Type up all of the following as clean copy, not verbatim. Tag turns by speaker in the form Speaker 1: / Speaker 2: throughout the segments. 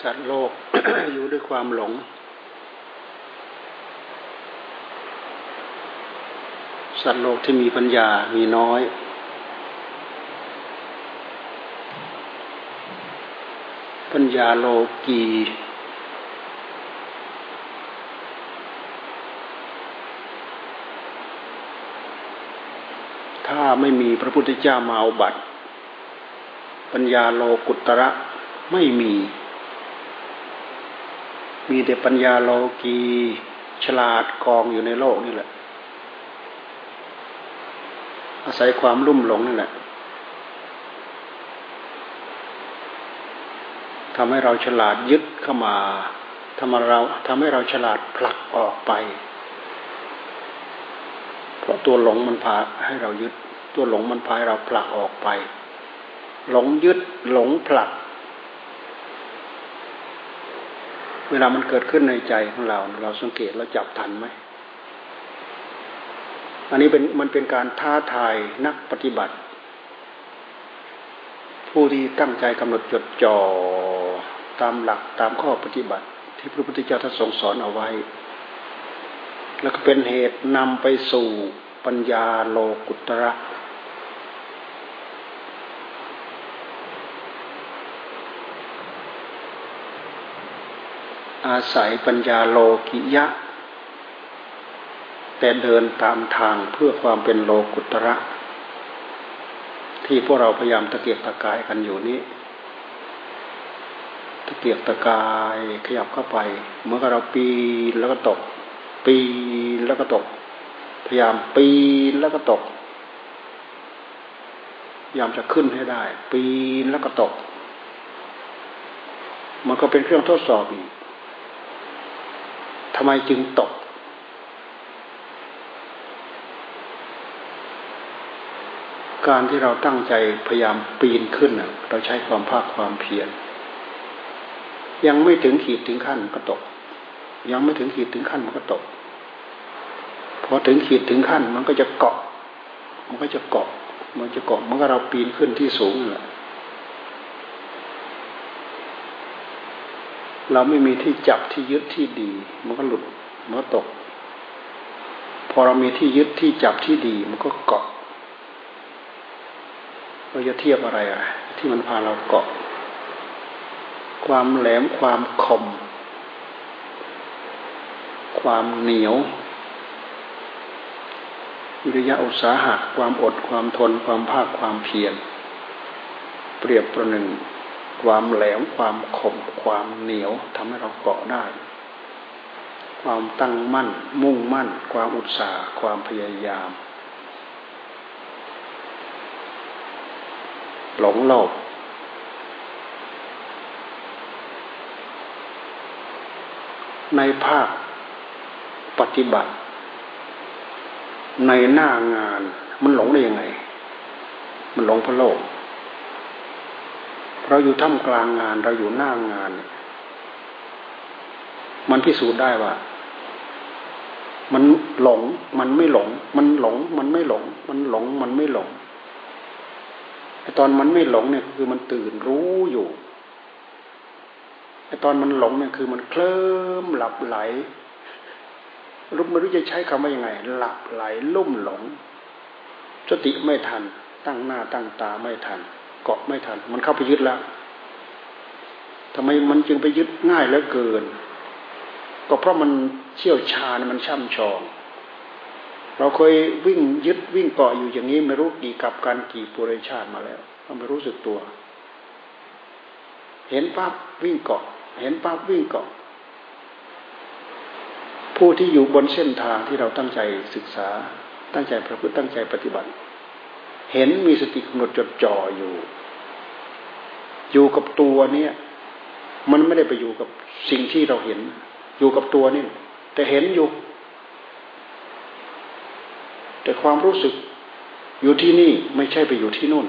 Speaker 1: สัตว์โลก อยู่ด้วยความหลงสัตว์โลกที่มีปัญญามีน้อยปัญญาโลกีถ้าไม่มีพระพุทธเจ้ามาเอาบัตรปัญญาโลกุตระไม่มีแต่ปัญญาโลกีฉลาดกองอยู่ในโลกนี่แหละอาศัยความลุ่มหลงนี่แหละทำให้เราฉลาดยึดเข้ามาทำให้เราฉลาดผลักออกไปเพราะตัวหลงมันพาให้เรายึดตัวหลงมันพาให้เราผลักออกไปหลงยึดหลงผลักเวลามันเกิดขึ้นในใจของเราสังเกตเราจับทันไหมอันนี้มันเป็นการท้าทายนักปฏิบัติผู้ที่ตั้งใจกำหนดจดจ่อตามหลักตามข้อปฏิบัติที่พระพุทธเจ้าท่านทรงสอนเอาไว้แล้วก็เป็นเหตุนำไปสู่ปัญญาโลกุตระอาศัยปัญญาโลกิยะแต่เดินตามทางเพื่อความเป็นโลกุตระที่พวกเราพยายามตะเกียกตะกายกันอยู่นี้ตะเกียกตะกายขยับเข้าไปเมื่อเราปีนแล้วก็ตกปีนแล้วก็ตกพยายามปีนแล้วก็ตกพยายามจะขึ้นให้ได้ปีนแล้วก็ตกมันก็เป็นเครื่องทดสอบอีกทำไมจึงตกการที่เราตั้งใจพยายามปีนขึ้นเราใช้ความภาคความเพียรยังไม่ถึงขีดถึงขั้นก็ตกยังไม่ถึงขีดถึงขั้นมันก็ตกพอถึงขีดถึงขั้นมันก็จะเกาะมันก็เราปีนขึ้นที่สูงนั่นแหละเราไม่มีที่จับที่ยึดที่ดีมันก็หลุดมันก็ตกพอเรามีที่ยึดที่จับที่ดีมันก็เกาะเราจะเทียบอะไรที่มันพาเราเกาะความแหลมความคมความเหนียววิริยะอุตสาหะความอดความทนความภาคความเพียรเปรียบประหนึ่งความแหลมความคมความเหนียวทำให้เราเกาะได้ความตั้งมั่นมุ่งมั่นความอุตสาหะความพยายามหลงโลกในภาคปฏิบัติในหน้างานมันหลงได้ยังไงมันหลงเพราะโลกเราอยู่ท่ามกลางงานเราอยู่หน้างานมันพิสูจน์ได้ว่ามันหลงมันไม่หลงมันหลงมันไม่หลงมันหลงมันไม่หลงไอ้ตอนมันไม่หลงเนี่ยคือมันตื่นรู้อยู่ไอ้ตอนมันหลงเนี่ยคือมันเคลิ้มหลับไหลไม่รู้จะใช้คำว่ายังไงหลับไหลลุ่มหลงสติไม่ทันตั้งหน้าตั้งตาไม่ทันเกาะไม่ทันมันเข้าไปยึดแล้วทำไมมันจึงไปยึดง่ายเหลือเกินก็เพราะมันเชี่ยวชาญมันช่ำชองเราเคยวิ่งยึดวิ่งเกาะอยู่อย่างนี้ไม่รู้กี่กับการกี่ปุเรชาติมาแล้วเราไม่รู้สึกตัวเห็นปั๊บวิ่งเกาะเห็นปั๊บวิ่งเกาะผู้ที่อยู่บนเส้นทางที่เราตั้งใจศึกษาตั้งใจประพฤติตั้งใจปฏิบัติเห็นมีสติกำหนดจดจ่ออยู่กับตัวเนี่ยมันไม่ได้ไปอยู่กับสิ่งที่เราเห็นอยู่กับตัวนี่แต่เห็นอยู่แต่ความรู้สึกอยู่ที่นี่ไม่ใช่ไปอยู่ที่นู่น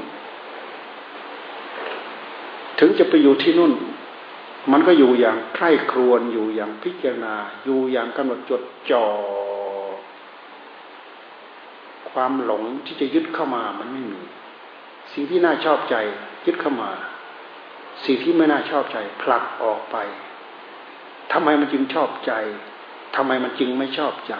Speaker 1: ถึงจะไปอยู่ที่นู่นมันก็อยู่อย่างใคร่ครวญอยู่อย่างพิจารณาอยู่อย่างกำหนดจดจ่อความหลงที่จะยึดเข้ามามันไม่มีสิ่งที่น่าชอบใจยึดเข้ามาสิ่งที่ไม่น่าชอบใจผลักออกไปทำไมมันจึงชอบใจทำไมมันจึงไม่ชอบใจ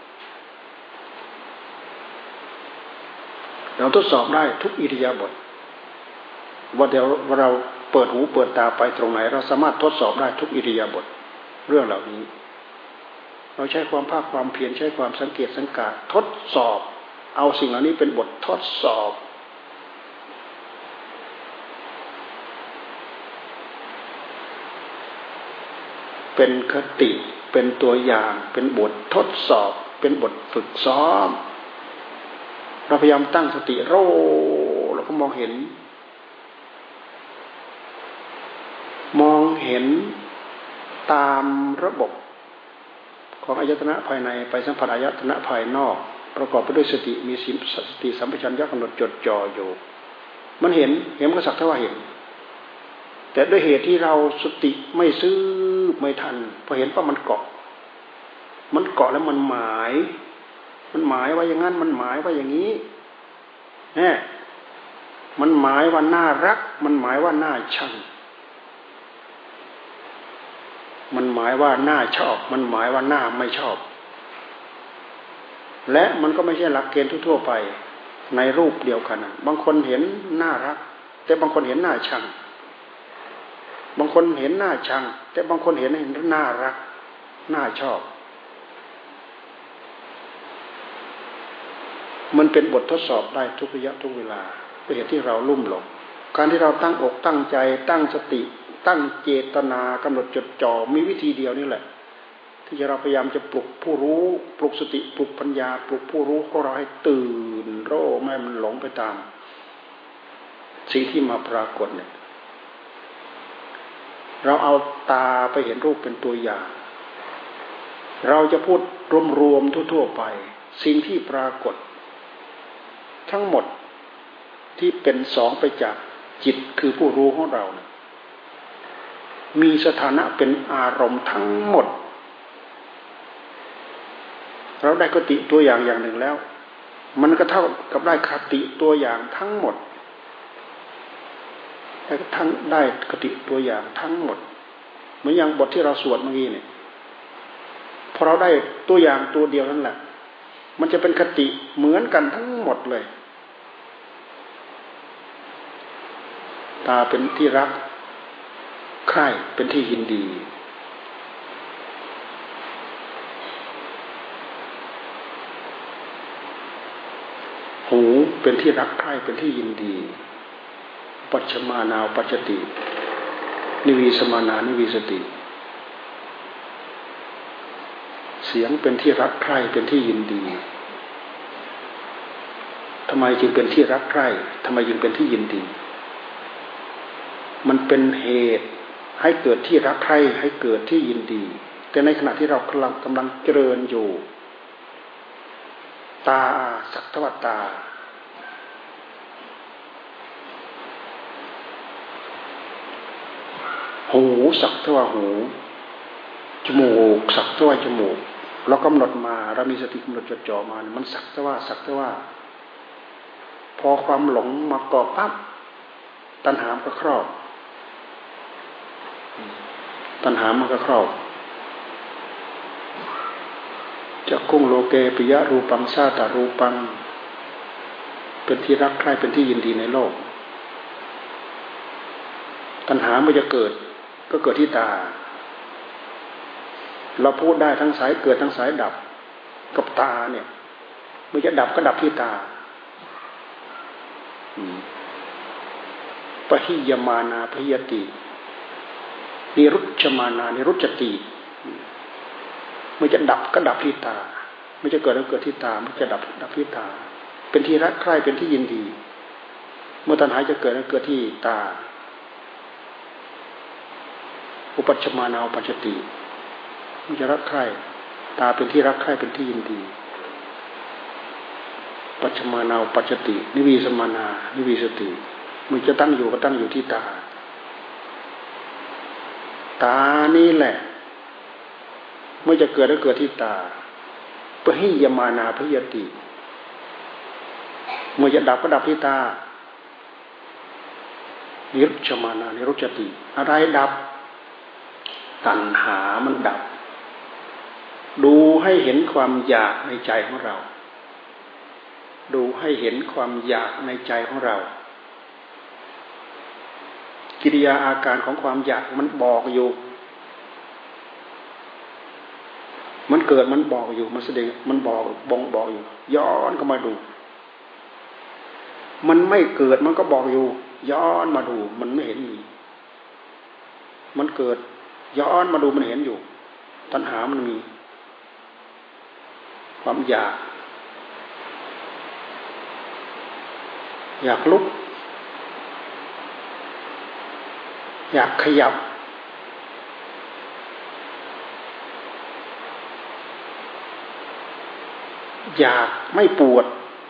Speaker 1: เราทดสอบได้ทุกอิริยาบถว่าเดี๋ยวเราเปิดหูเปิดตาไปตรงไหนเราสามารถทดสอบได้ทุกอิริยาบถเรื่องเหล่านี้เราใช้ความภาคความเพียรใช้ความสังเกตสังกาทดสอบเอาสิ่งเหล่านี้เป็นบททดสอบเป็นคติเป็นตัวอย่างเป็นบททดสอบเป็นบทฝึกซ้อมเราพยายามตั้งสติโร่แล้วก็มองเห็นตามระบบของอายตนะภายในไปสัมผัสอายตนะภายนอกประกอบไปด้วยสติมีสติสัมปชัญญะกำหนดจดจ่ออยู่มันเห็นก็สักเท่าว่าเห็นแต่ด้วยเหตุที่เราสติไม่ซื้อไม่ทันพอเห็นว่ามันเกาะแล้วมันหมายว่าอย่างนั้นมันหมายว่าอย่างนี้มันหมายว่าน่ารักมันหมายว่าน่าชังมันหมายว่าน่าชอบมันหมายว่าน่าไม่ชอบและมันก็ไม่ใช่หลักเกณฑ์ทั่วๆไปในรูปเดียวกันบางคนเห็นน่ารักแต่บางคนเห็นน่าชังบางคนเห็นน่าชังแต่บางคนเห็นน่ารักน่าชอบมันเป็นบททดสอบได้ทุกระยะทุกเวลาเป็นเหตุที่เราลุ่มหลงการที่เราตั้งอกตั้งใจตั้งสติตั้งเจตนากำหนดจดจ่อมีวิธีเดียวนี่แหละที่เราพยายามจะปลุกผู้รู้ปลุกสติปลุกปัญญาปลุกผู้รู้ของเราให้ตื่นรู้ไม่ให้มันหลงไปตามสิ่งที่มาปรากฏเนี่ยเราเอาตาไปเห็นรูปเป็นตัวอย่างเราจะพูดรวมๆทั่วๆไปสิ่งที่ปรากฏทั้งหมดที่เป็นสองไปจากจิตคือผู้รู้ของเรานะมีสถานะเป็นอารมณ์ทั้งหมดเราได้คติตัวอย่างอย่างหนึ่งแล้วมันก็เท่ากับได้คติตัวอย่างทั้งหมดได้คติตัวอย่างทั้งหมดเหมือนอย่างบทที่เราสวดเมื่อกี้เนี่ยพอเราได้ตัวอย่างตัวเดียวนั่นแหละมันจะเป็นคติเหมือนกันทั้งหมดเลยตาเป็นที่รักใคร่เป็นที่ยินดีหูเป็นที่รักใคร่เป็นที่ยินดีปัจฉมานาปัจจตินิวีสมานานิวีสติเสียงเป็นที่รักใคร่เป็นที่ยินดีทำไมจึงเป็นที่รักใคร่ทำไมจึงเป็นที่ยินดีมันเป็นเหตุให้เกิดที่รักใคร่ให้เกิดที่ยินดีแต่ในขณะที่เรากำลังเจริญอยู่ตาสักทวตาหูสักทวหูจมูกสักทวจมูกเรากำหนดมาเรามีสติกำหนดจดจ่อมามันสักทว่าพอความหลงมาเกาะปั๊บตัณหามันก็ครอบจักขุงโลเกปิยะรูปังสาตารูปังเป็นที่รักใคร่เป็นที่ยินดีในโลกตัณหามันจะเกิดก็เกิดที่ตาเราพูดได้ทั้งสายเกิดทั้งสายดับกับตาเนี่ยมันจะดับก็ดับที่ตาปหิยมานาปหิยตินิรุจฉมานานิรุจจติมันจะดับก็ดับที่ตามันจะเกิดก็เกิดที่ตามันจะดับที่ตาเป็นที่รักใคร่เป็นที่ยินดีเมื่อตัณหาจะเกิดก็เกิดที่ตาอุปัชฌมานาอุปัชฌติมันจะรักใคร่ตาเป็นที่รักใคร่เป็นที่ยินดีปัจฉมานาอุปัชฌตินิวีสมานานิวีสติมันจะตั้งอยู่ก็ตั้งอยู่ที่ตานี่แหละเมื่อจะเกิดก็เกิดที่ตาปหิยมานาปหิยติเมื่อจะดับก็ดับที่ตานิรุชฌมานานิรุจจติอะไรดับตัณหามันดับดูให้เห็นความอยากในใจของเราดูให้เห็นความอยากในใจของเรากิริยาอาการของความอยากมันบอกอยู่มันเกิดมันบอกอยู่มันแสดงมันบอกบอกอยู่ย้อนเข้ามาดูมันไม่เกิดมันก็บอกอยู่ย้อนมาดูมันไม่เห็นมีมันเกิดย้อนมาดูมันเห็นอยู่ตัณหามันมีความอยากลุกอยากขยับอยากไม่ปวด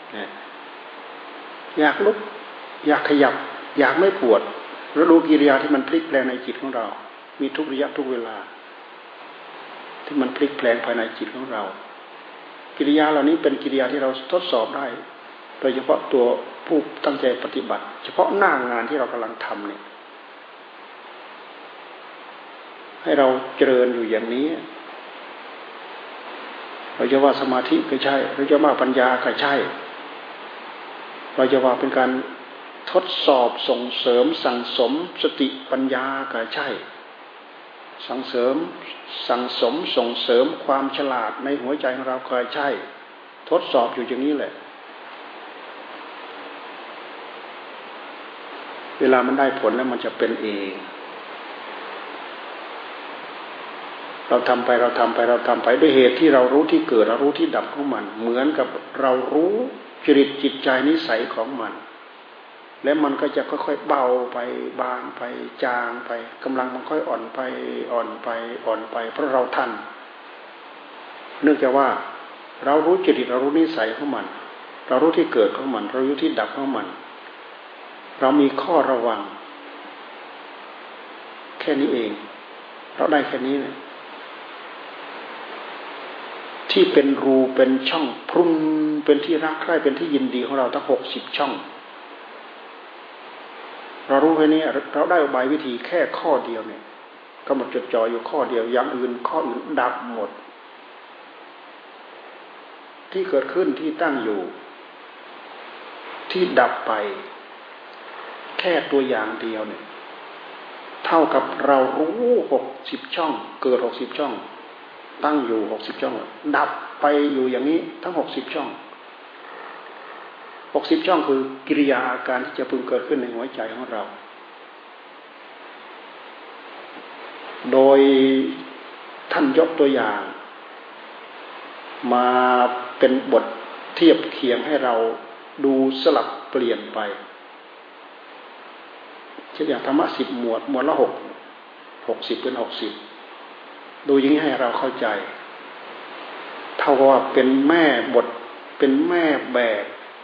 Speaker 1: อยากลุกอยากขยับอยากไม่ปวดแล้วดูกิริยาที่มันพลิกแปลงในจิตของเรามีทุกระยะทุกเวลาที่มันพลิกแปลงภายในจิตของเรากิริยาเหล่านี้เป็นกิริยาที่เราทดสอบได้โดยเฉพาะตัวผู้ตั้งใจปฏิบัติเฉพาะหน้างานที่เรากำลังทำเนี่ยให้เราเจริญอยู่อย่างนี้เราจะว่าสมาธิก็ใช่เราจะว่าปัญญาก็ใช่เราจะว่าเป็นการทดสอบส่งเสริมสั่งสมสติปัญญาก็ใช่สั่งเสริมสั่งสมส่งเสริมความฉลาดในหัวใจของเราก็ใช่ทดสอบอยู่อย่างนี้แหละเวลามันได้ผลแล้วมันจะเป็นเองเราทำไปด้วยเหตุที่เรารู้ที่เกิดเรารู้ที่ดับของมันเหมือนกับเรารู้จริตจิตใจนิสัยของมันและมันก็จะค่อยๆเบาไปบางไปจางไปกำลังมันค่อยอ่อนไปเพราะเราทันเนื่องจากว่าเรารู้จริตเรารู้นิสัยของมันเรารู้ที่เกิดของมันเรารู้ที่ดับของมันเรามีข้อระวังแค่นี้เองเราได้แค่นี้เนี่ยที่เป็นรูเป็นช่องพรุนเป็นที่รักใคร่เป็นที่ยินดีของเราทั้ง60 ช่องเรารู้แค่นี้เราได้อุบายวิธีแค่ข้อเดียวเนี่ยกำหนดจดจ่ออยู่ข้อเดียวอย่างอื่นข้ออื่นดับหมดที่เกิดขึ้นที่ตั้งอยู่ที่ดับไปแค่ตัวอย่างเดียวเนี่ยเท่ากับเรารู้60 ช่องเกิด60 ช่องตั้งอยู่60 ช่องดับไปอยู่อย่างนี้ทั้ง60 ช่อง60 ช่องคือกิริยาอาการที่จะพึงเกิดขึ้นในหัวใจของเราโดยท่านยกตัวอย่างมาเป็นบทเทียบเคียงให้เราดูสลับเปลี่ยนไปเช่นอย่างธรรมะ10 หมวดละ60เป็น60ดูอย่างนี้ให้เราเข้าใจเท่ากับว่าเป็นแม่บทเป็นแม่แบบ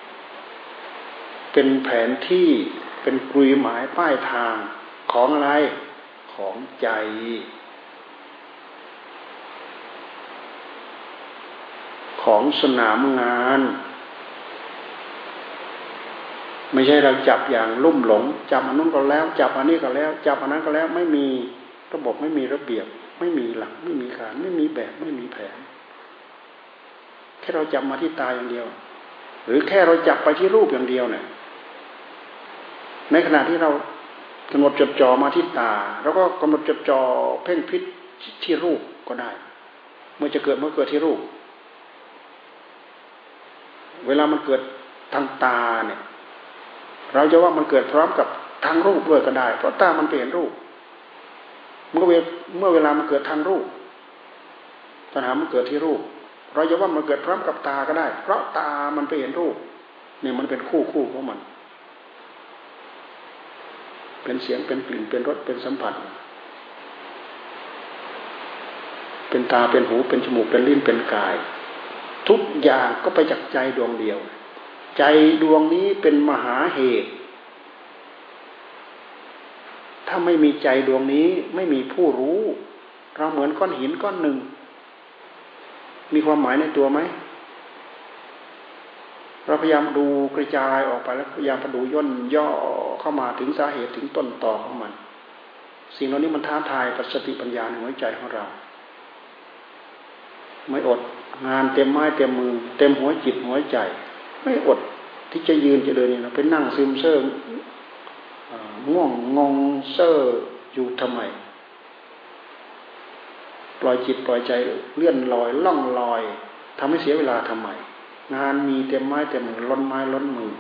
Speaker 1: เป็นแผนที่เป็นกลุยหมายป้ายทางของอะไรของใจของสนามงานไม่ใช่เราจับอย่างลุ่มหลงจับอันนู้นก็แล้วจับอันนี้ก็แล้วจับอันนั้นก็แล้วไม่มีระบบไม่มีระเบียบไม่มีหลักไม่มีการไม่มีแบบไม่มีแผนแค่เราจับมาที่ตาอย่างเดียวหรือแค่เราจับไปที่รูปอย่างเดียวเนี่ยในขณะที่เรากำหนดจดจ่อมาที่ตาแล้วก็กำหนดจดจ่อเพ่งพิษที่รูปก็ได้เมื่อเกิดที่รูปเวลามันเกิดทางตาเนี่ยเราจะว่ามันเกิดพร้อมกับทางรูปด้วยก็ได้เพราะตามันเห็นรูปเมื่อเวลามันเกิดทางรูปปัญหามันเกิดที่รูปเราจะว่ามันเกิดพร้อมกับตาก็ได้เพราะตามันไปเห็นรูปเนี่ยมันเป็นคู่ของมันเป็นเสียงเป็นกลิ่นเป็นรสเป็นสัมผัสเป็นตาเป็นหูเป็นจมูกเป็นลิ้นเป็นกายทุกอย่างก็ไปจากใจดวงเดียวใจดวงนี้เป็นมหาเหตุถ้าไม่มีใจดวงนี้ไม่มีผู้รู้เราเหมือนก้อนหินก้อนหนึ่งมีความหมายในตัวไหมเราพยายามดูกระจายออกไปแล้วพยายามดูย่นย่อเข้ามาถึงสาเหตุถึงต้นตอของมันสิ่งเหล่านี้มันท้าทายปัจสติปัญญาในหัวใจของเราไม่อดงานเต็มไม้เต็มมือเต็มหัวจิตหัวใจไม่อดที่จะยืนจะเดินนี่นะไปนั่งซึมเซ่อง่วงงงเซ่ออยู่ทำไมปล่อยจิตปล่อยใจเลื่อนลอยล่องลอยทำให้เสียเวลาทำไมงานมีเต็มไม้เต็มมือล้นไม้ล้นมือ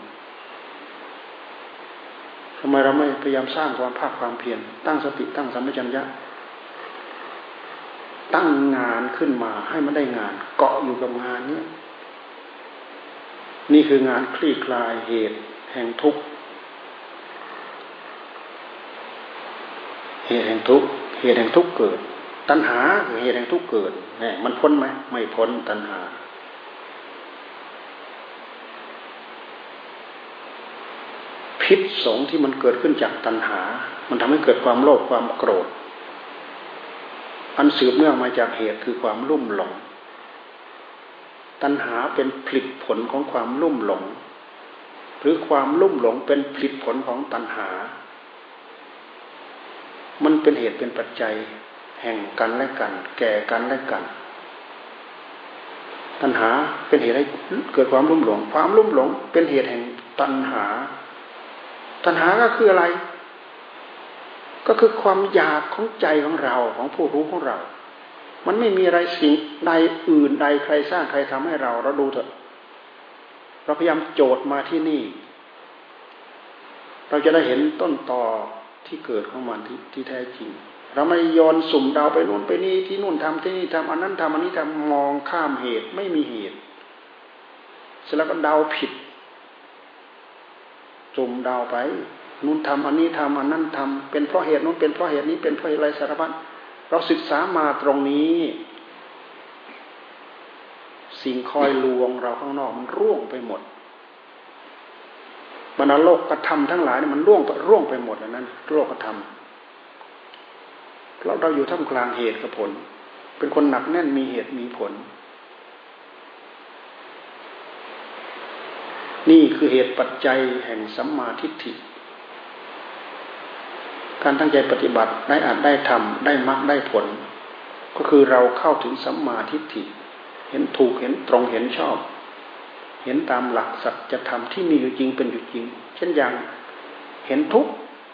Speaker 1: ทำไมเราไม่พยายามสร้างความภาคความเพียรตั้งสติตั้งสัมปชัญญะตั้งงานขึ้นมาให้มันได้งานเกาะอยู่กับงานนี้นี่คืองานคลี่คลายเหตุแห่งทุกข์เหตุแห่งทุกข์เหตุแห่งทุกข์เกิดตัณหาคือเหตุแห่งทุกข์เกิดเนี่ยมันพ้นไหมไม่พ้นตัณหาพิษสงที่มันเกิดขึ้นจากตัณหามันทำให้เกิดความโลภความโกรธอันสืบเนื่องมาจากเหตุคือความลุ่มหลงตัณหาเป็นผลิตผลของความลุ่มหลงหรือความลุ่มหลงเป็นผลิตผลของตัณหามันเป็นเหตุเป็นปัจจัยแห่งกันและกันแก่กันและกันตัณหาเป็นเหตุให้เกิดความลุ่มหลงความลุ่มหลงเป็นเหตุแห่งตัณหาตัณหาก็คืออะไรก็คือความอยากของใจของเราของผู้รู้ของเรามันไม่มีอะไรสิ่งใดอื่นใดใครสร้างใครทำให้เราดูเถอะเราพยายามโจทย์มาที่นี่เราจะได้เห็นต้นตอที่เกิดของมันที่แท้จริงเราไม่โยนสุ่มเดาไปนู่นไปนี่ที่นู่นทำที่นี่ทำอันนั้นทำอันนี้ทำมองข้ามเหตุไม่มีเหตุเสร็จแล้วก็เดาผิดสุ่มเดาไปนู่นทำอันนี้ทำอันนั้นทำเป็นเพราะเหตุนู้นเป็นเพราะเหตุนี้เป็นเพราะอะไรสารพัดเราศึกษามาตรงนี้สิ่งคอยลวงเราข้างนอกมันร่วงไปหมดบรรดาโลกกระทำทั้งหลายนี่มันร่วงไปหมดแล้วนั้นโลกกระทำเราอยู่ท่ามกลางเหตุกับผลเป็นคนหนักแน่นมีเหตุมีผลนี่คือเหตุปัจจัยแห่งสัมมาทิฏฐิการตั้งใจปฏิบัติได้อาจได้ทำได้มรรคได้ผลก็คือเราเข้าถึงสัมมาทิฏฐิเห็นถูกเห็นตรงเห็นชอบเห็นตามหลักสัจธรรมที่มีอยู่จริงเป็นอยู่จริงเช่นอย่างเห็นทุกข์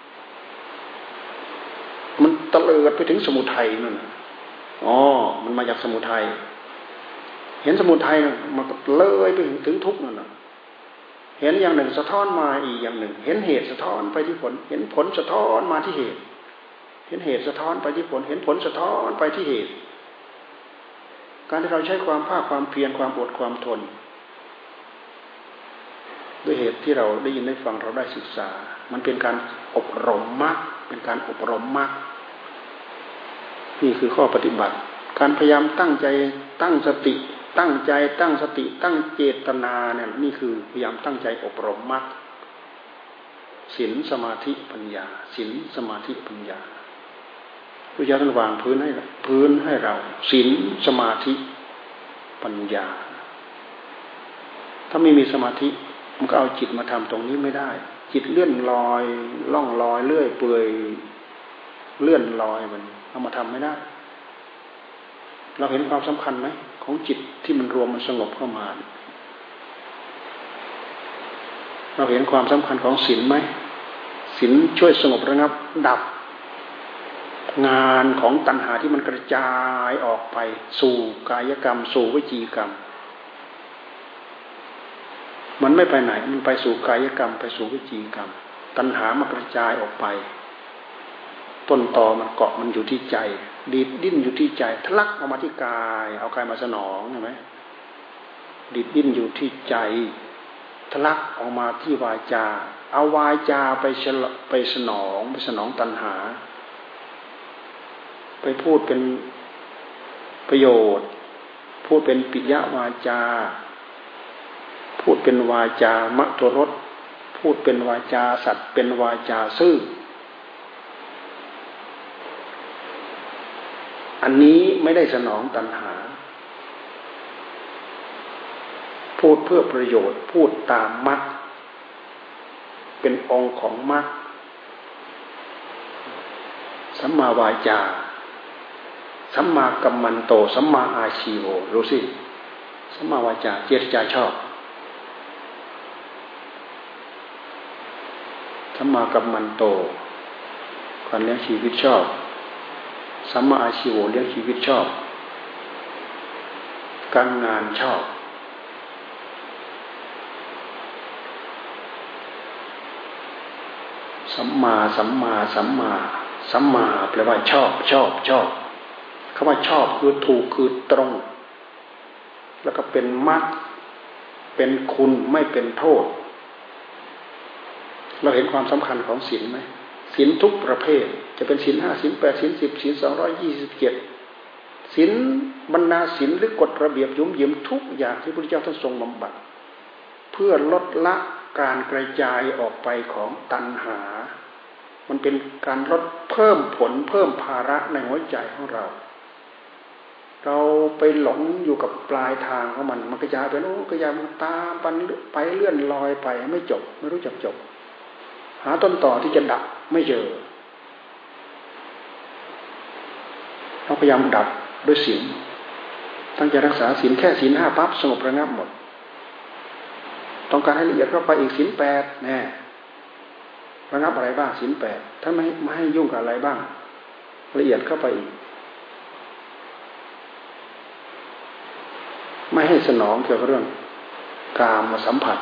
Speaker 1: มันตะเลิดไปถึงสมุทัยนั่นอ๋อมันมาจากสมุทัยเห็นสมุทัยมันก็เลยไปถึงทุกข์นั่นน่ะเห็นอย่างหนึ่งสะท้อนมาอีกอย่างหนึ่งเห็นเหตุสะท้อนไปที่ผลเห็นผลสะท้อนมาที่เหตุเห็นเหตุสะท้อนไปที่ผลเห็นผลสะท้อนไปที่เหตุการที่เราใช้ความภาคความเพียรความอดความทนด้วยเหตุที่เราได้ยินได้ฟังเราได้ศึกษามันเป็นการอบรมมรรคเป็นการอบรมมรรคนี่คือข้อปฏิบัติการพยายามตั้งใจตั้งสติตั้งใจตั้งสติตั้งเจตนาเนี่ยนี่คือพยายามตั้งใจอบรมมรรคศีลสมาธิปัญญาศีลสมาธิปัญญาพระเจ้าท่านวางพื้นให้เราศีลสมาธิปัญญาถ้าไม่มีสมาธิมันก็เอาจิตมาทำตรงนี้ไม่ได้จิตเลื่อนลอยล่องลอยเลื่อยเปื่อยเลื่อนลอยมันเอามาทำไม่ได้เราเห็นความสำคัญไหมของจิตที่มันรวมมันสงบเข้ามาเราเห็นความสำคัญของศีลไหมศีลช่วยสงบระงับดับงานของตัณหาที่มันกระจายออกไปสู่กายกรรมสู่วจีกรรมมันไม่ไปไหนมันไปสู่กายกรรมไปสู่วจีกรรมตัณหามันกระจายออกไปต้นตอมันเกาะมันอยู่ที่ใจดีดดิ้นอยู่ที่ใจทะลักออกมาที่กายเอากายมาสนองใช่ไหมดีดดิ้นอยู่ที่ใจทะลักออกมาที่วาจาเอาวาจาไปสนองตัณหาไปพูดเป็นประโยชน์พูดเป็นปิยวาจาพูดเป็นวาจามทุรสพูดเป็นวาจาสัตย์เป็นวาจาซื่ออันนี้ไม่ได้สนองตัณหาพูดเพื่อประโยชน์พูดตามมรรคเป็นองค์ของมรรคสัมมาวาจาสัมมากัมมันโตสัมมาอาชีโวรู้สิสัมมาวาจาเจตจาชอบสัมมากัมมันโตการเลี้ยงชีวิตชอบสัมมาอาชีโวเลี้ยงชีวิตชอบการงานชอบสัมมาสัมมาสัมมาสัมมาแปลว่าชอบคำว่าชอบคือถูกคือตรงแล้วก็เป็นมรรคเป็นคุณไม่เป็นโทษเราเห็นความสำคัญของศีลไหมศีลทุกประเภทจะเป็นศีล5ศีล8ศีล10ศีล227ศีลบรรดาศีลหรือกฎระเบียบยุ่มยิ้มทุกอย่างที่พระพุทธเจ้าท่านทรงบำบัดเพื่อลดละการกระจายออกไปของตัณหามันเป็นการลดเพิ่มผลเพิ่มภาระในหัวใจของเราไปหลงอยู่กับปลายทางของมันกระจายไปโน้นกระจายมันตามไปเลื่อนลอยไปไม่จบไม่รู้จักจบหาต้นต่อที่จะดับไม่เจอเราพยายามดับด้วยศีลตั้งใจรักษาศีลแค่ศีล5ปั๊บสงบระงับหมดต้องการให้ละเอียดเข้าไปอีกศีล8แน่ระงับอะไรบ้างศีล8ถ้าไม่ให้ยุ่งกับอะไรบ้างละเอียดเข้าไปอีกไม่ให้สนองเกี่ยวกับเรื่องกามสัมผัส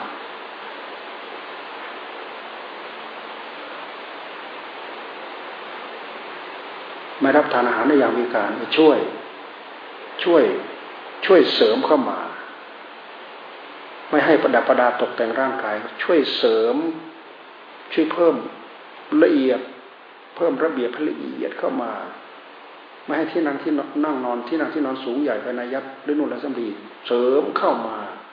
Speaker 1: ไม่รับทานอาหารในยามวิกาลช่วยเสริมเข้ามาไม่ให้ประดับประดาตกแต่งร่างกายช่วยเสริมช่วยเพิ่มละเอียดเพิ่มระเบียบละเอียดเข้ามาไม่ให้ที่นั่งที่นั่งนอนที่นั่งที่นอนสูงใหญ่ภายในยัดหรือนุ่นและสำลีเสริมเข้ามา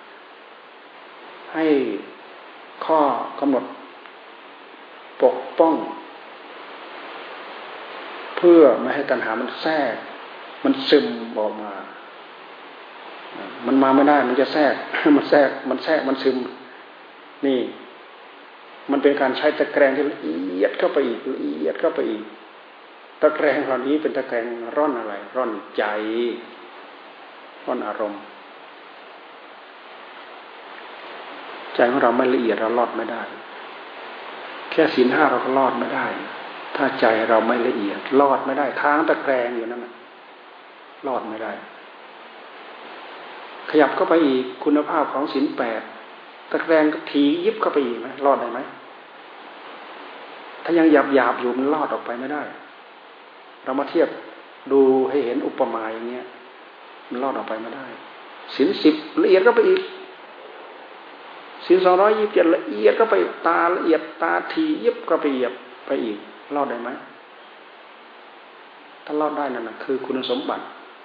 Speaker 1: ให้ข้อกำหนดปกป้องเพื่อไม่ให้ตัณหามันแทรกมันซึมออกมามันมาไม่ได้มันจะแทรกมันซึมนี่มันเป็นการใช้ตะแกรงที่ละเอียดเข้าไปอีกละเอียดเข้าไปอีกตะแกรงเหล่านี้เป็นตะแกรงร่อนอะไรร่อนใจร่อนอารมณ์ใจของเราไม่ละเอียดเราลอดไม่ได้แค่ศีล5เราก็ลอดไม่ได้ถ้าใจเราไม่ละเอียดลอดไม่ได้ค้างตะแกรงอยู่นั่นน่ะลอดไม่ได้ขยับเข้าไปอีกคุณภาพของศีล8ตะแกรงก็ถียิบเข้าไปอีกไหมลอดได้ไหมถ้ายังหยาบอยู่มันลอดออกไปไม่ได้เรามาเทียบดูให้เห็นอุปมาอย่างเงี้ยมันลอดออกไปไม่ได้ศีล10ละเอียดก็ไปอีกศีล227ละเอียดก็ไปตาละเอียดตาถี่ยิบก็ไปเหยียบไปอีกลอดได้ไหมถ้าลอดได้นั่นน่ะคือคุณสมบัติ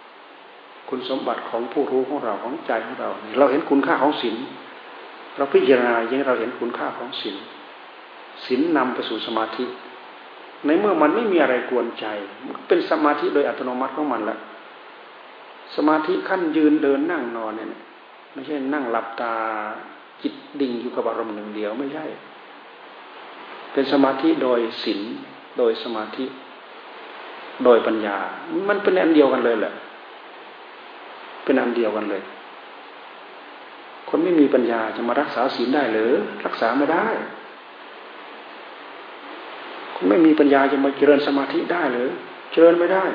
Speaker 1: ของผู้รู้ของเราของใจของเราเราเห็นคุณค่าของศีลเราพิจารณาอย่างนี้เราเห็นคุณค่าของศีลนำไปสู่สมาธิในเมื่อมันไม่มีอะไรกวนใจมันเป็นสมาธิโดยอัตโนมัติของมันละสมาธิขั้นยืนเดินนั่งนอนเนี่ยไม่ใช่นั่งหลับตาจิตดิ่งอยู่กับอารมณ์หนึ่งเดียวไม่ใช่เป็นสมาธิโดยศีลโดยสมาธิโดยปัญญามันเป็นอันเดียวกันเลยแหละเป็นอันเดียวกันเลยคนไม่มีปัญญาจะมารักษาศีลได้หรือรักษาไม่ได้คนไม่มีปัญญาจะมาเจริญสมาธิได้หรือเจริญไม่ได้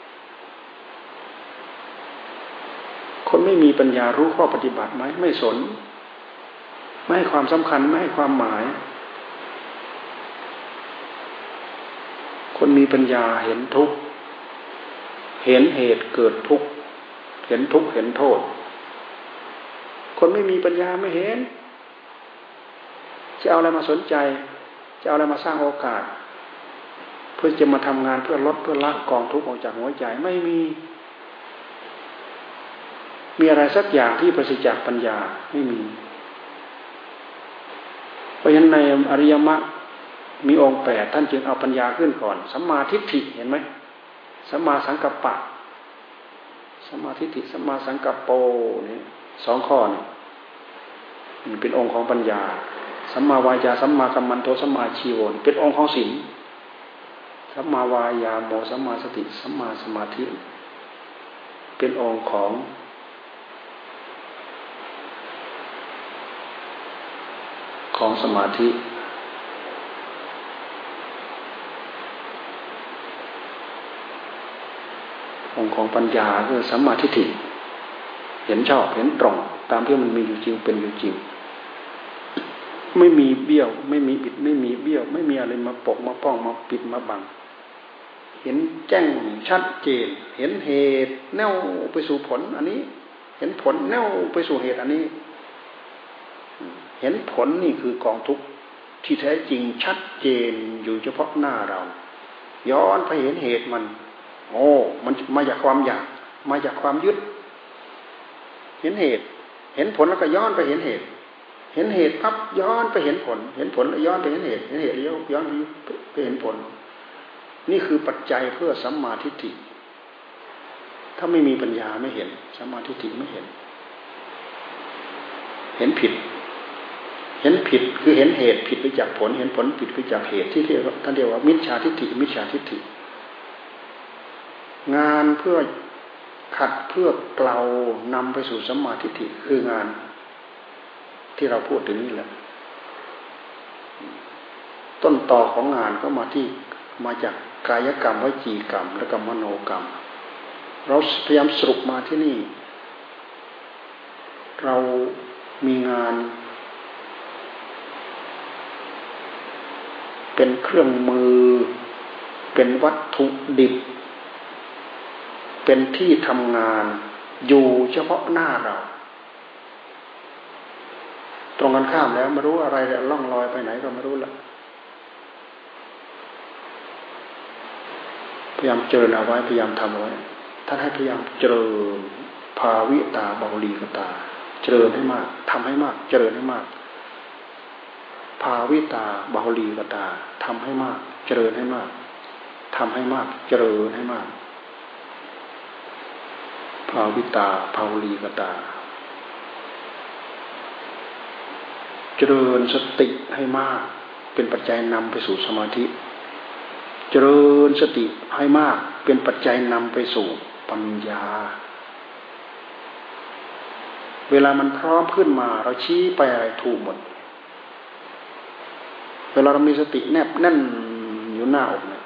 Speaker 1: คนไม่มีปัญญารู้ข้อปฏิบัติไหมไม่สนไม่ให้ความสำคัญไม่ให้ความหมายคนมีปัญญาเห็นทุกข์เห็นเหตุเกิดทุกข์เห็นทุกข์เห็นโทษคนไม่มีปัญญาไม่เห็นจะเอาอะไรมาสนใจจะเอาอะไรมาสร้างโอกาสเพื่อจะมาทำงานเพื่อลดเพื่อละกองทุกข์ออกจากหัวใจไม่มีอะไรสักอย่างที่ประสิทธิ์จากปัญญาไม่มีเพราะฉะนั้นในอริยมรรคมีองค์8ท่านจึงเอาปัญญาขึ้นก่อนสัมมาทิฏฐิเห็นไหมสัมมาสังกัปปะสัมมาทิฏฐิสัมมาสังกัปโปนี่2ข้อนี่มันเป็นองค์ของปัญญาสัมมาวายาสัมมากัมมันโตสัมมาชีวรเป็นองค์ของศีลสัมมาวายาโมสัมมาสติสัมมาสมาธิเป็นองค์ของสมาธิองค์ของปัญญาคือสัมมาทิฏฐิเห็นชอบเห็นตรงตามที่มันมีอยู่จริงเป็นอยู่จริงไม่มีเบี้ยวไม่มีบิดไม่มีเบี้ยวไม่มีอะไรมาปกมาป้องมาปิดมาบังเห็นแจ้งชัดเจนเห็นเหตุแนวไปสู่ผลอันนี้เห็นผลแนวไปสู่เหตุอันนี้เห็นผลนี่คือกองทุกข์ที่แท้จริงชัดเจนอยู่เฉพาะหน้าเราย้อนไปเห็นเหตุมันโอ้มันมาจากความอยากมาจากความยึดเห็นเหตุเห็นผลแล้วก็ย้อนไปเห็นเหตุเห็นเหตุปั๊บย้อนไปเห็นผลเห็นผลแล้วย้อนไปเห็นเหตุเห็นเหตุแล้วย้อนไปเห็นผลนี่คือปัจจัยเพื่อสัมมาทิฏฐิถ้าไม่มีปัญญาไม่เห็นสัมมาทิฏฐิไม่เห็นเห็นผิดเห็นผิดคือเห็นเหตุผิดไปจากผลเห็นผลผิดไปจากเหตุที่ท่านเรียกว่ามิจฉาทิฏฐิมิจฉาทิฏฐิงานเพื่อขัดเพื่อเกลานำไปสู่สัมมาทิฏฐิคืองานที่เราพูดถึงนี่แหละต้นต่อของงานก็มาจากกายกรรมวจีกรรมและก็มโนกรรมเราพยายามสรุปมาที่นี่เรามีงานเป็นเครื่องมือเป็นวัตถุดิบเป็นที่ทำงานอยู่เฉพาะหน้าเราตรงกันข้ามแล้วไม่รู้อะไรล่องลอยไปไหนก็ไม่รู้ละพยายามเจริญเอาไว้พยายามทำเอาไว้ท่านให้พยายามเจริญภาวิตาบาลีกตาเจริญให้มากทำให้มากเจริญให้มากภาวิตาบาลีกตาทำให้มากเจริญให้มากทำให้มากเจริญให้มากภาวิตาภาลีกตาเจริญสติให้มากเป็นปัจจัยนำไปสู่สมาธิเจริญสติให้มากเป็นปัจจัยนำไปสู่ปัญญาเวลามันพร้อมขึ้นมาเราชี้ไปอะไรถูกหมดเวลาเรามีสติแนบแน่นอยู่หน้าอกเนี่ย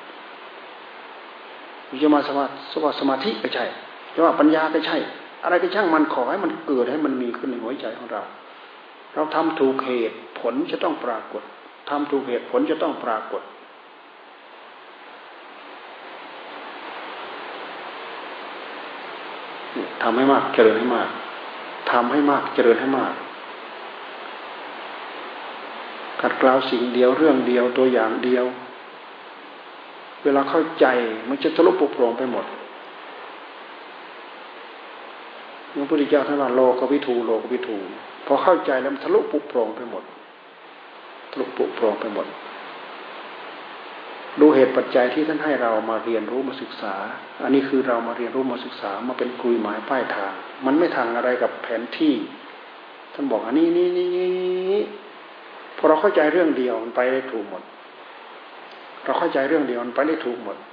Speaker 1: จะมาสมาธิก็ใช่จะว่าปัญญาก็ใช่อะไรก็ช่างมันขอให้มันเกิดให้มันมีขึ้นในหัวใจของเราเราทำถูกเหตุผลจะต้องปรากฏทำถูกเหตุผลจะต้องปรากฏทำให้มากเจริญให้มากทำให้มากเจริญให้มากขัดเกลาสิ่งเดียวเรื่องเดียวตัวอย่างเดียวเวลาเข้าใจมันจะทะลุปลุกโปร่งไปหมดพระพุทธเจ้าท่านว่าโลกวิทูโลกวิทูพอเข้าใจแล้วมันทะลุปลุกโปร่งไปหมดทะลุปลุกโปร่งไปหมดดูเหตุปัจจัยที่ท่านให้เรามาเรียนรู้มาศึกษาอันนี้คือเรามาเรียนรู้มาศึกษามาเป็นกลุยหมายป้ายทางมันไม่ทางอะไรกับแผนที่ท่านบอกอันนี้นี่พอเราเข้าใจเรื่องเดียวมันไปได้ถูกหมดเราเข้าใจเรื่องเดียวมันไปได้ถูกหมด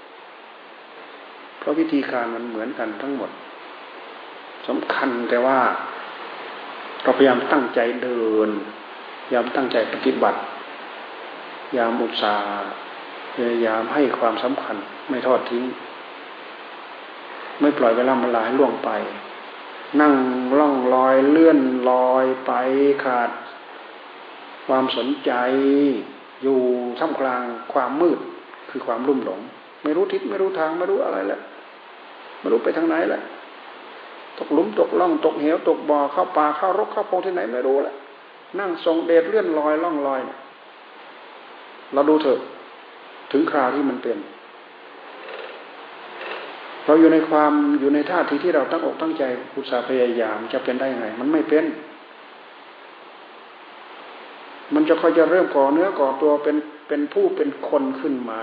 Speaker 1: เพราะวิธีการมันเหมือนกันทั้งหมดสำคัญแต่ว่าเราพยายามตั้งใจเดินพยายามตั้งใจปฏิบัติพยายามอุตสาห์พยายามให้ความสำคัญไม่ทอดทิ้งไม่ปล่อยเวลามันไหลล่วงไปนั่งล่องลอยเลื่อนลอยไปขาดความสนใจอยู่ท่ามกลางความมืดคือความลุ่มหลงไม่รู้ทิศไม่รู้ทางไม่รู้อะไรแล้วไม่รู้ไปทางไหนแล้วตกหลุมตกล่องตกเหวตกบ่อเข้าป่าเข้ารกเข้าพงที่ไหนไม่รู้แล้วนั่งทรงเดชเลื่อนลอยล่องลอยเนี่ยเราดูเถอะถึงคราวที่มันเป็นเราอยู่ในท่าทีที่เราตั้งอกตั้งใจอุตสาห์พยายามจะเป็นได้ไงมันไม่เป็นมันจะค่อยจะเริ่มก่อเนื้อก่อตัวเป็นผู้เป็นคนขึ้นมา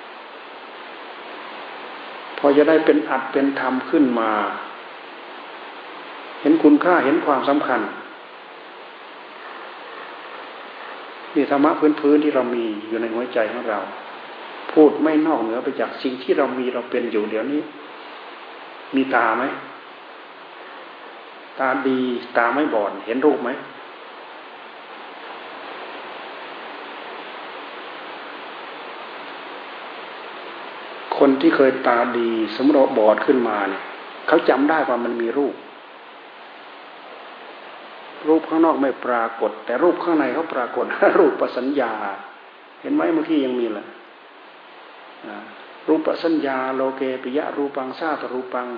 Speaker 1: พอจะได้เป็นอัตเป็นธรรมขึ้นมาเห็นคุณค่าเห็นความสำคัญนี่ธรรมะพื้นๆที่เรามีอยู่ในหัวใจของเราพูดไม่นอกเหนือไปจากสิ่งที่เรามีเราเป็นอยู่เดี๋ยวนี้มีตาไหมตาดีตาไม่บอดเห็นรูปไหมคนที่เคยตาดีสมมติบอดขึ้นมาเนี่ยเขาจำได้ว่ามันมีรูปข้างนอกไม่ปรากฏแต่รูปข้างในเขาปรากฏ รูปสัญญาเห็นไหมเมื่อกี้ยังมีแหละรูปสัญญาโลเกปิยะรูปังซาตรูปัง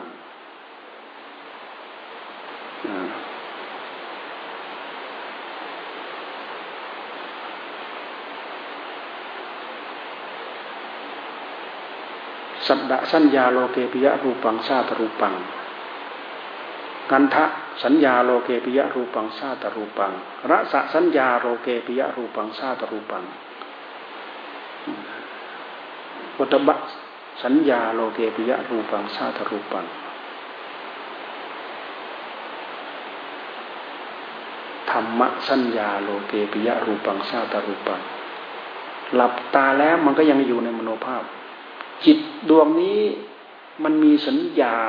Speaker 1: สัดดะสัญญาโลเกปิยะรูปังซาตรูปังกันทะสัญญาโลเกปิยะรูปังซาตรูปังรสสัญญาโลเกปิยะรูปังซาตรูปังโผฏฐัพพะสัญญาโลเกปิยะรูปังซาตรูปังธรรมสัญญาโลเกปิยะรูปังซาตรูปังหลับตาแล้วมันก็ยังอยู่ในมโนภาพจิตดวงนี้มันมีสัญญา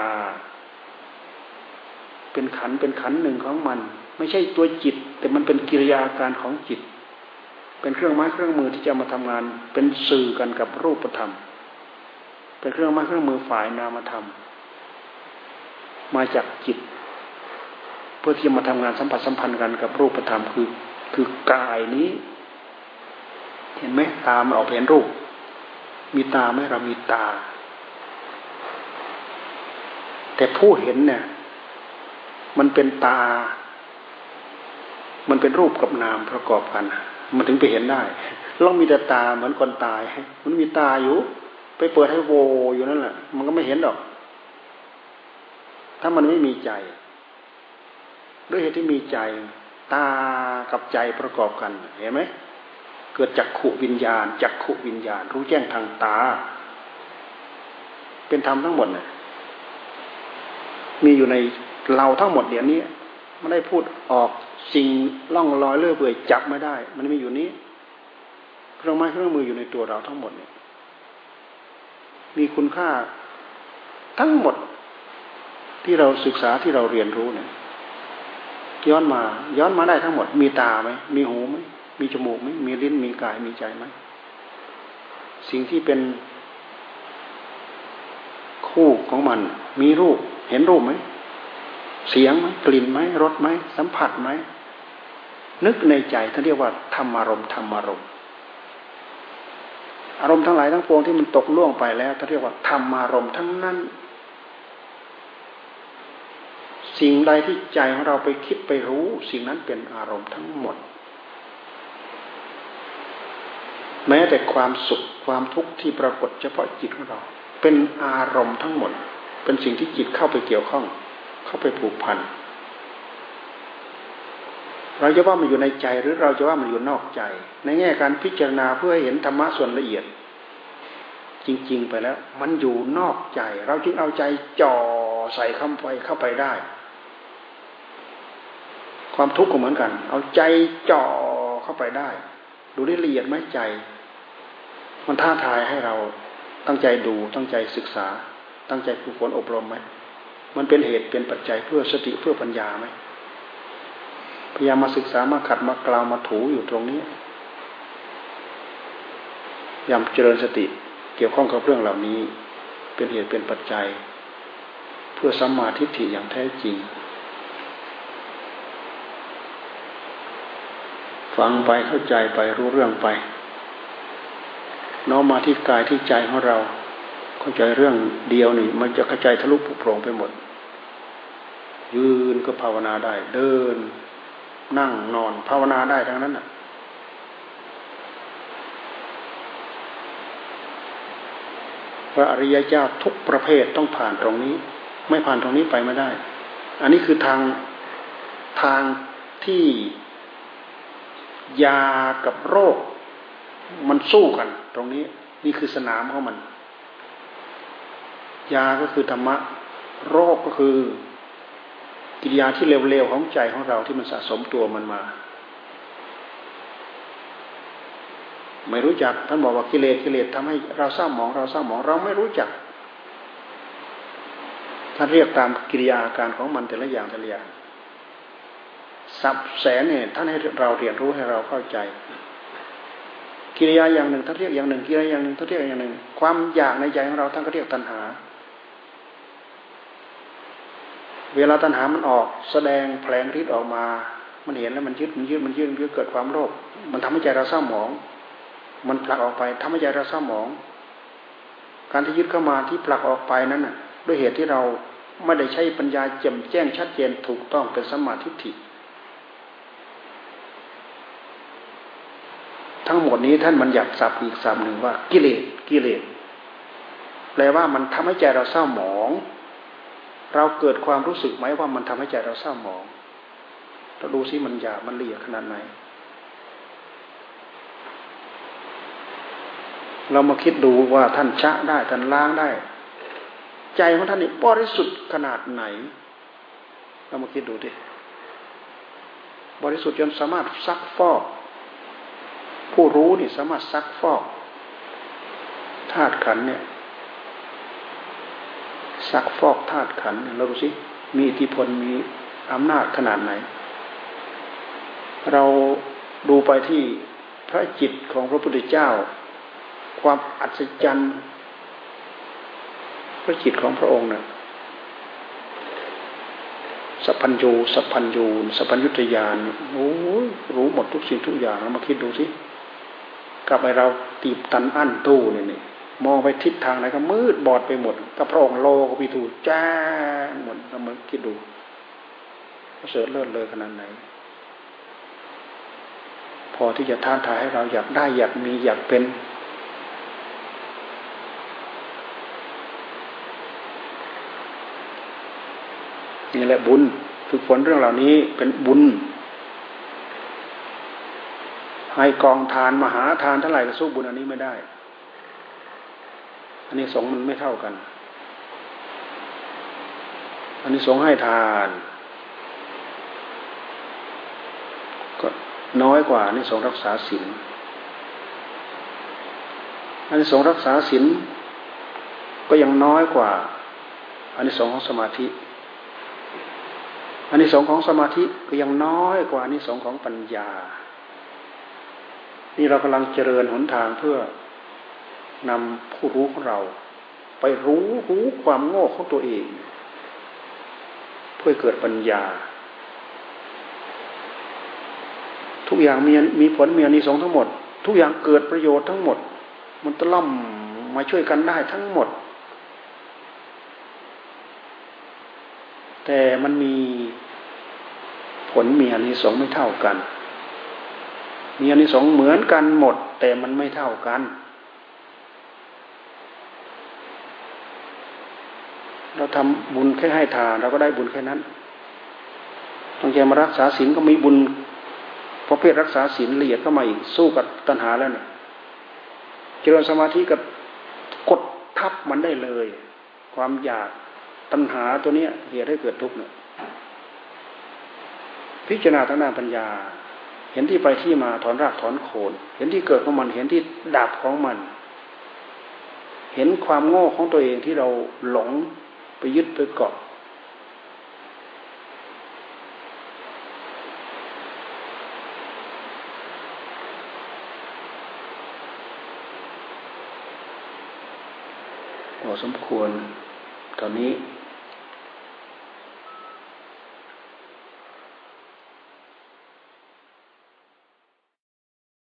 Speaker 1: เป็นขันหนึ่งของมันไม่ใช่ตัวจิตแต่มันเป็นกิริยาการของจิตเป็นเครื่องไม้เครื่องมือที่จะมาทำงานเป็นสื่อกันกับรูปธรรมเป็นเครื่องไม้เครื่องมือฝ่ายนามธรรมมาจากจิตเพื่อที่จะมาทำงานสัมผัสสัมพันธ์กันกับรูปธรรมคือกายนี้เห็นไหมตามันออกไปเห็นรูปมีตาไหมเรามีตาแต่ผู้เห็นเนี่ยมันเป็นตามันเป็นรูปกับนามประกอบกันมันถึงไปเห็นได้เรามีแต่ตาเหมือนคนตายมันมีตาอยู่ไปเปิดให้โวอยู่นั่นแหละมันก็ไม่เห็นหรอกถ้ามันไม่มีใจด้วยเหตุที่มีใจตากับใจประกอบกันเห็นไหมเกิดจักขุวิญญาณรู้แจ้งทางตาเป็นธรรมทั้งหมดเนี่ยมีอยู่ในเราทั้งหมดเดี๋ยวนี้ไม่ได้พูดออกสิ่งล่องลอยเลื่อยเปื่อยจับไม่ได้มันมีอยู่นี้เครื่องไม้เครื่องมืออยู่ในตัวเราทั้งหมดเนี่ยมีคุณค่าทั้งหมดที่เราศึกษาที่เราเรียนรู้เนี่ยย้อนมาได้ทั้งหมดมีตาไหมมีหูไหมมีจมูกไหมมีลิ้นมีกายมีใจไหมสิ่งที่เป็นคู่ของมันมีรูปเห็นรูปไหมเสียงไหมกลิ่นไหมรสไหมสัมผัสไหมนึกในใจท่านเรียกว่าธรรมารมณ์อารมณ์ทั้งหลายทั้งปวงที่มันตกล่วงไปแล้วท่านเรียกว่าธรรมารมณ์ทั้งนั้นสิ่งใดที่ใจของเราไปคิดไปรู้สิ่งนั้นเป็นอารมณ์ทั้งหมดแม้แต่ความสุขความทุกข์ที่ปรากฏเฉพาะจิตของเราเป็นอารมณ์ทั้งหมดเป็นสิ่งที่จิตเข้าไปเกี่ยวข้องเข้าไปผูกพันเราจะว่ามันอยู่ในใจหรือเราจะว่ามันอยู่นอกใจในแง่การพิจารณาเพื่อให้เห็นธรรมะส่วนละเอียดจริงๆไปแล้วมันอยู่นอกใจเราจึงเอาใจจ่อใส่เข้าไปได้ความทุกข์ก็เหมือนกันเอาใจจ่อเข้าไปได้ดูได้ละเอียดไหมใจมันท้าทายให้เราตั้งใจดูตั้งใจศึกษาตั้งใจฝึกฝนอบรมไหมมันเป็นเหตุเป็นปัจจัยเพื่อสติเพื่อปัญญาไหมพยายามมาศึกษามาขัดมากล่าวมาถูอยู่ตรงนี้พยายามเจริญสติเกี่ยวข้องกับเรื่องเหล่านี้เป็นเหตุเป็นปัจจัยเพื่อสัมมาทิฏฐิอย่างแท้จริงฟังไปเข้าใจไปรู้เรื่องไปน้อมมาที่กายที่ใจของเราเข้าใจเรื่องเดียวนี่มันจะเข้าใจทะลุปุโปร่งไปหมดยืนก็ภาวนาได้เดินนั่งนอนภาวนาได้ทั้งนั้นน่ะพระอริยเจ้าทุกประเภทต้องผ่านตรงนี้ไม่ผ่านตรงนี้ไปไม่ได้อันนี้คือทางที่ยากับโรคมันสู้กันตรงนี้นี่คือสนามของมันยาก็คือธรรมะโรคก็คือกิริยาที่เร็วๆของใจของเราที่มันสะสมตัวมันมาไม่รู้จักท่านบอกว่ากิเลสทำให้เราเศร้าหมองเราไม่รู้จักท่านเรียกตามกิริยาอาการของมันแต่ละอย่างสับแสงเนี่ยท่านให้เราเรียนรู้ให้เราเข้าใจกิริยาอย่างหนึ่งท่านเรียกอย่างหนึ่งกิริยาอย่างหนึ่งท่านเรียกอย่างหนึ่งความอยากในใจของเราท่านก็เรียกตัณหาเวลาตัณหามันออกแสดงแผลงฤทธิ์ออกมามันเห็นแล้วมันยึดเกิดความโลภมันทำให้ใจเราเศร้าหมองมันผลักออกไปทำให้ใจเราเศร้าหมองการที่ยึดเข้ามาที่ผลักออกไปนั้นน่ะด้วยเหตุที่เราไม่ได้ใช้ปัญญาแจ่มแจ้งชัดเจนถูกต้องเป็นสัมมาทิฏฐิทั้งหมดนี้ท่านบัญญัติศัพท์อีกศัพท์หนึ่งว่ากิเลสแปลว่ามันทำให้ใจเราเศร้าหมองเราเกิดความรู้สึกไหมว่ามันทำให้ใจเราเศร้าหมองเราดูซิมันหยาบมันละเอียดขนาดไหนเรามาคิดดูว่าท่านชะได้ท่านล้างได้ใจของท่านนี่บริสุทธิ์ขนาดไหนเรามาคิดดูดิบริสุทธิ์จนสามารถซักฟอกผู้รู้นี่สามารถซักฟอกธาตุขันธ์เนี่ยซักฟอกธาตุขันธ์เราดูสิมีอิทธิพลมีอำนาจขนาดไหนเราดูไปที่พระจิตของพระพุทธเจ้าความอัศจรรย์พระจิตของพระองค์น่ะสัพพัญญูสัพพัญญุตญาณโอ้ยรู้หมดทุกสิ่งทุกอย่างเรามาคิดดูสิกลับไปเราตีบตันอั้นตู้นี่มองไปทิศทางไหนก็มืดบอดไปหมดก็พระองค์โลกวิถูแจ้งหมดเรามาคิดดูประเสริฐเลิศเลยขนาดไหนพอที่จะท้าทายให้เราอยากได้อยากมีอยากเป็นนี่แหละบุญฝึกฝนเรื่องเหล่านี้เป็นบุญให้กองทานมหาทานเท่าไหร่ก็สู้บุญอันนี้ไม่ได้อันนี้สงฆ์มันไม่เท่ากันอันนี้สงฆ์ให้ทานก็น้อยกว่าอันนี้สงฆ์รักษาศีลอันนี้สงฆ์รักษาศีลก็ยังน้อยกว่าอันนี้สงฆ์ของสมาธิอันนี้สงฆ์ของสมาธิก็ยังน้อยกว่าอันนี้สงฆ์ของปัญญานี่เรากำลังเจริญหนทางเพื่อนำผู้รู้ของเราไปรู้ความโง่ของตัวเองเพื่อเกิดปัญญาทุกอย่างมีผลมีอานิสงส์ทั้งหมดทุกอย่างเกิดประโยชน์ทั้งหมดมันตะล่อมมาช่วยกันได้ทั้งหมดแต่มันมีผลมีอานิสงส์ไม่เท่ากันมีอานิสงส์เหมือนกันหมดแต่มันไม่เท่ากันเราทำบุญแค่ให้ทานเราก็ได้บุญแค่นั้นต้องใจมารักษาศีลก็มีบุญประเภทรักษาศีลละเอียดเข้ามาอีกสู้กับตัณหาแล้วเนี่ยเจริญสมาธิกับกดทับมันได้เลยความอยากตัณหาตัวเนี้ยเหตุให้เกิดทุกข์เนี่ยพิจารณาทางด้านปัญญาเห็นที่ไปที่มาถอนรากถอนโคนเห็นที่เกิดของมันเห็นที่ดับของมันเห็นความโง่ของตัวเองที่เราหลงไปยึดไปเกาะพอสมควรตอนนี้